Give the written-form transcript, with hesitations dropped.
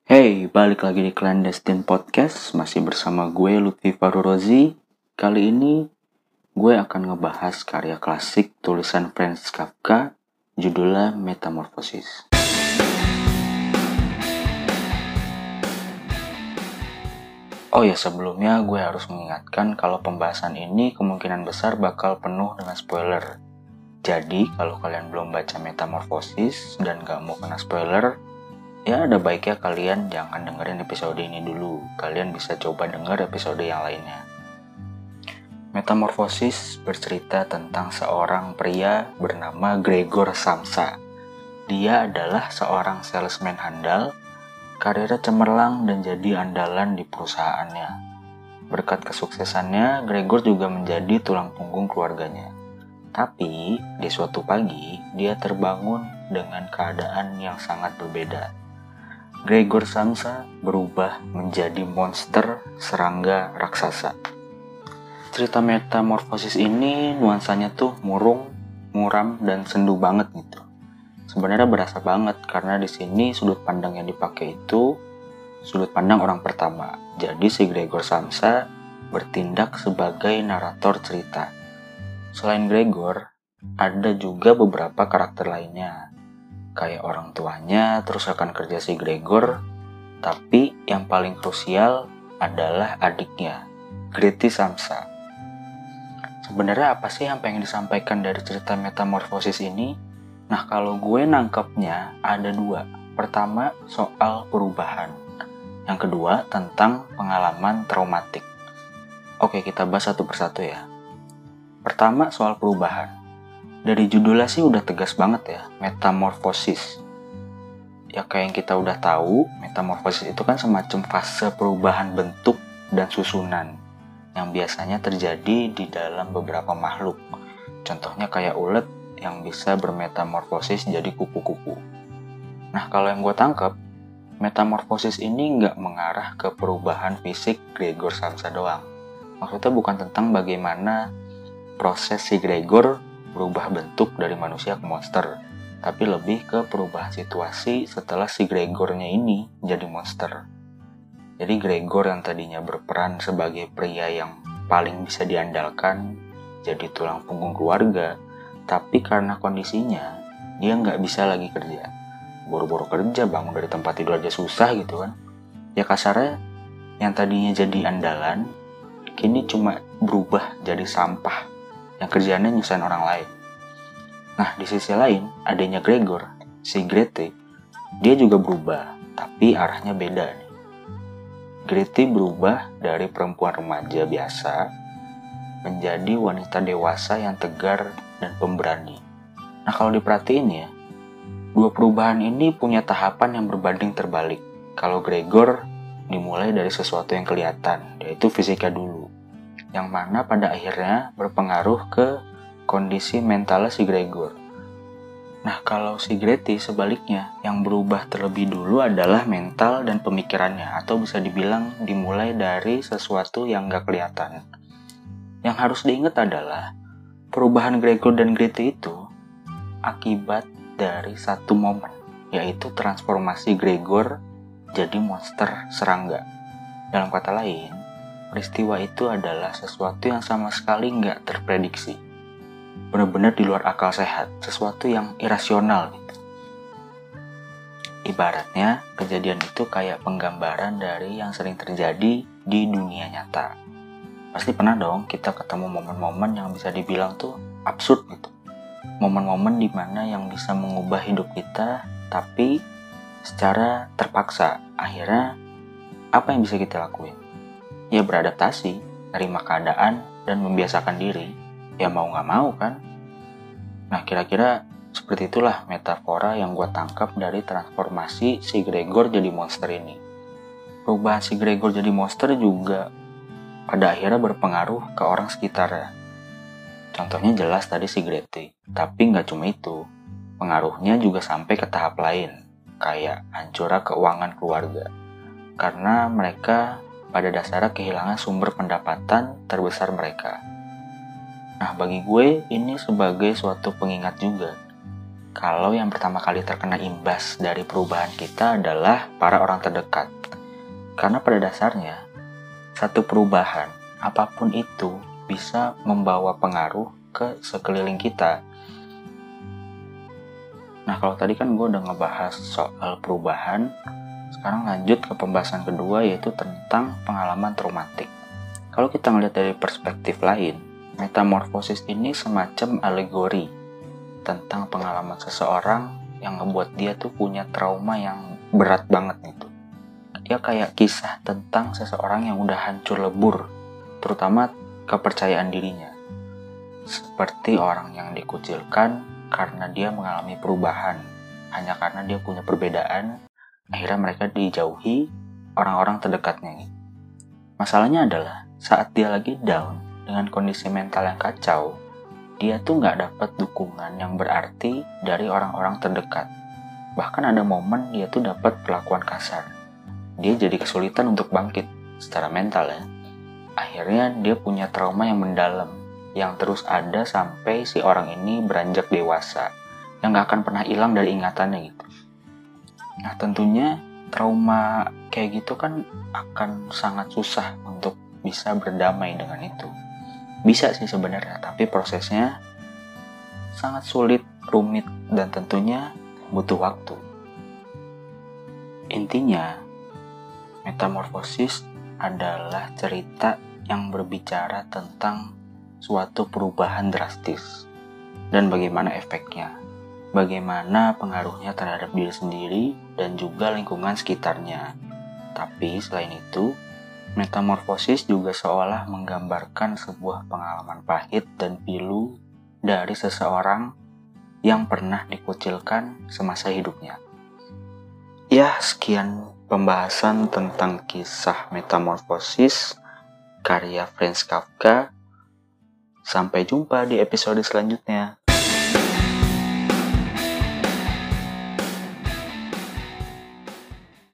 Hey, balik lagi di Clandestine Podcast. Masih bersama gue, Lutfi Farurozi. Kali ini gue akan ngebahas karya klasik tulisan Franz Kafka, judulnya Metamorphosis. Oh ya, sebelumnya gue harus mengingatkan kalau pembahasan ini kemungkinan besar bakal penuh dengan spoiler. Jadi, kalau kalian belum baca Metamorphosis dan gak mau kena spoiler, ya ada baiknya kalian jangan dengerin episode ini dulu. Kalian bisa coba denger episode yang lainnya. Metamorphosis bercerita tentang seorang pria bernama Gregor Samsa. Dia adalah seorang salesman handal, karirnya cemerlang dan jadi andalan di perusahaannya. Berkat kesuksesannya, Gregor juga menjadi tulang punggung keluarganya. Tapi, di suatu pagi, dia terbangun dengan keadaan yang sangat berbeda. Gregor Samsa berubah menjadi monster serangga raksasa. Cerita Metamorphosis ini nuansanya tuh murung, muram, dan sendu banget gitu. Sebenarnya berasa banget karena di sini sudut pandang yang dipakai itu sudut pandang orang pertama. Jadi si Gregor Samsa bertindak sebagai narator cerita. Selain Gregor, ada juga beberapa karakter lainnya. Kayak orang tuanya, terus akan kerja si Gregor, tapi yang paling krusial adalah adiknya, Grete Samsa. Sebenarnya apa sih yang pengen disampaikan dari cerita Metamorphosis ini? Nah, kalau gue nangkepnya ada dua. Pertama, soal perubahan. Yang kedua, tentang pengalaman traumatik. Oke, kita bahas satu persatu ya. Pertama, soal perubahan. Dari judulnya sih udah tegas banget ya, metamorfosis. Ya kayak yang kita udah tahu, metamorfosis itu kan semacam fase perubahan bentuk dan susunan yang biasanya terjadi di dalam beberapa makhluk. Contohnya kayak ulet yang bisa bermetamorfosis jadi kupu-kupu. Nah, kalau yang gue tangkep, metamorfosis ini nggak mengarah ke perubahan fisik Gregor Samsa doang. Maksudnya bukan tentang bagaimana proses si Gregor berubah bentuk dari manusia ke monster, tapi lebih ke perubahan situasi setelah si Gregornya ini jadi monster. Jadi Gregor yang tadinya berperan sebagai pria yang paling bisa diandalkan, jadi tulang punggung keluarga, tapi karena kondisinya, dia nggak bisa lagi kerja. Boro-boro kerja, bangun dari tempat tidur aja susah gitu kan. Ya kasarnya, yang tadinya jadi andalan, kini cuma berubah jadi sampah yang kerjaannya nyusahin orang lain. Nah, di sisi lain, adanya Gregor, si Grete, dia juga berubah, tapi arahnya beda nih. Grete berubah dari perempuan remaja biasa menjadi wanita dewasa yang tegar dan pemberani. Nah, kalau diperhatiin ya, dua perubahan ini punya tahapan yang berbanding terbalik. Kalau Gregor dimulai dari sesuatu yang kelihatan, yaitu fisika dulu, yang mana pada akhirnya berpengaruh ke kondisi mentalnya si Gregor. Nah, kalau si Grete sebaliknya, yang berubah terlebih dulu adalah mental dan pemikirannya, atau bisa dibilang dimulai dari sesuatu yang gak kelihatan. Yang harus diingat adalah, perubahan Gregor dan Grete itu akibat dari satu momen, yaitu transformasi Gregor jadi monster serangga. Dalam kata lain, peristiwa itu adalah sesuatu yang sama sekali nggak terprediksi. Benar-benar di luar akal sehat, sesuatu yang irasional gitu. Ibaratnya, kejadian itu kayak penggambaran dari yang sering terjadi di dunia nyata. Pasti pernah dong kita ketemu momen-momen yang bisa dibilang tuh absurd gitu. Momen-momen dimana yang bisa mengubah hidup kita, tapi secara terpaksa. Akhirnya, apa yang bisa kita lakuin? Ya beradaptasi, terima keadaan, dan membiasakan diri. Ya mau gak mau kan? Nah kira-kira seperti itulah metafora yang gue tangkap dari transformasi si Gregor jadi monster ini. Perubahan si Gregor jadi monster juga pada akhirnya berpengaruh ke orang sekitarnya. Contohnya jelas tadi si Grete, tapi gak cuma itu. Pengaruhnya juga sampai ke tahap lain, kayak hancurnya keuangan keluarga. Karena mereka pada dasarnya kehilangan sumber pendapatan terbesar mereka. Nah, bagi gue ini sebagai suatu pengingat juga. kalau yang pertama kali terkena imbas dari perubahan kita adalah para orang terdekat. Karena pada dasarnya, satu perubahan, apapun itu, bisa membawa pengaruh ke sekeliling kita. Nah, kalau tadi kan gue udah ngebahas soal perubahan, sekarang lanjut ke pembahasan kedua, yaitu tentang pengalaman traumatik. Kalau kita ngeliat dari perspektif lain, metamorfosis ini semacam alegori tentang pengalaman seseorang yang ngebuat dia tuh punya trauma yang berat banget gitu. Dia kayak kisah tentang seseorang yang udah hancur lebur, terutama kepercayaan dirinya. Seperti orang yang dikucilkan karena dia mengalami perubahan, hanya karena dia punya perbedaan, akhirnya mereka dijauhi orang-orang terdekatnya. Masalahnya adalah saat dia lagi down dengan kondisi mental yang kacau, dia tuh nggak dapat dukungan yang berarti dari orang-orang terdekat. Bahkan ada momen dia tuh dapat perlakuan kasar. Dia jadi kesulitan untuk bangkit secara mental ya. Akhirnya dia punya trauma yang mendalam, yang terus ada sampai si orang ini beranjak dewasa, yang gak akan pernah hilang dari ingatannya gitu. Nah tentunya trauma kayak gitu kan akan sangat susah untuk bisa berdamai dengan itu. Bisa sih sebenarnya, tapi prosesnya sangat sulit, rumit, dan tentunya butuh waktu. Intinya, metamorfosis adalah cerita yang berbicara tentang suatu perubahan drastis dan bagaimana efeknya, bagaimana pengaruhnya terhadap diri sendiri dan juga lingkungan sekitarnya. Tapi selain itu, metamorfosis juga seolah menggambarkan sebuah pengalaman pahit dan pilu dari seseorang yang pernah dikucilkan semasa hidupnya. Ya, sekian pembahasan tentang kisah metamorfosis karya Franz Kafka. Sampai jumpa di episode selanjutnya.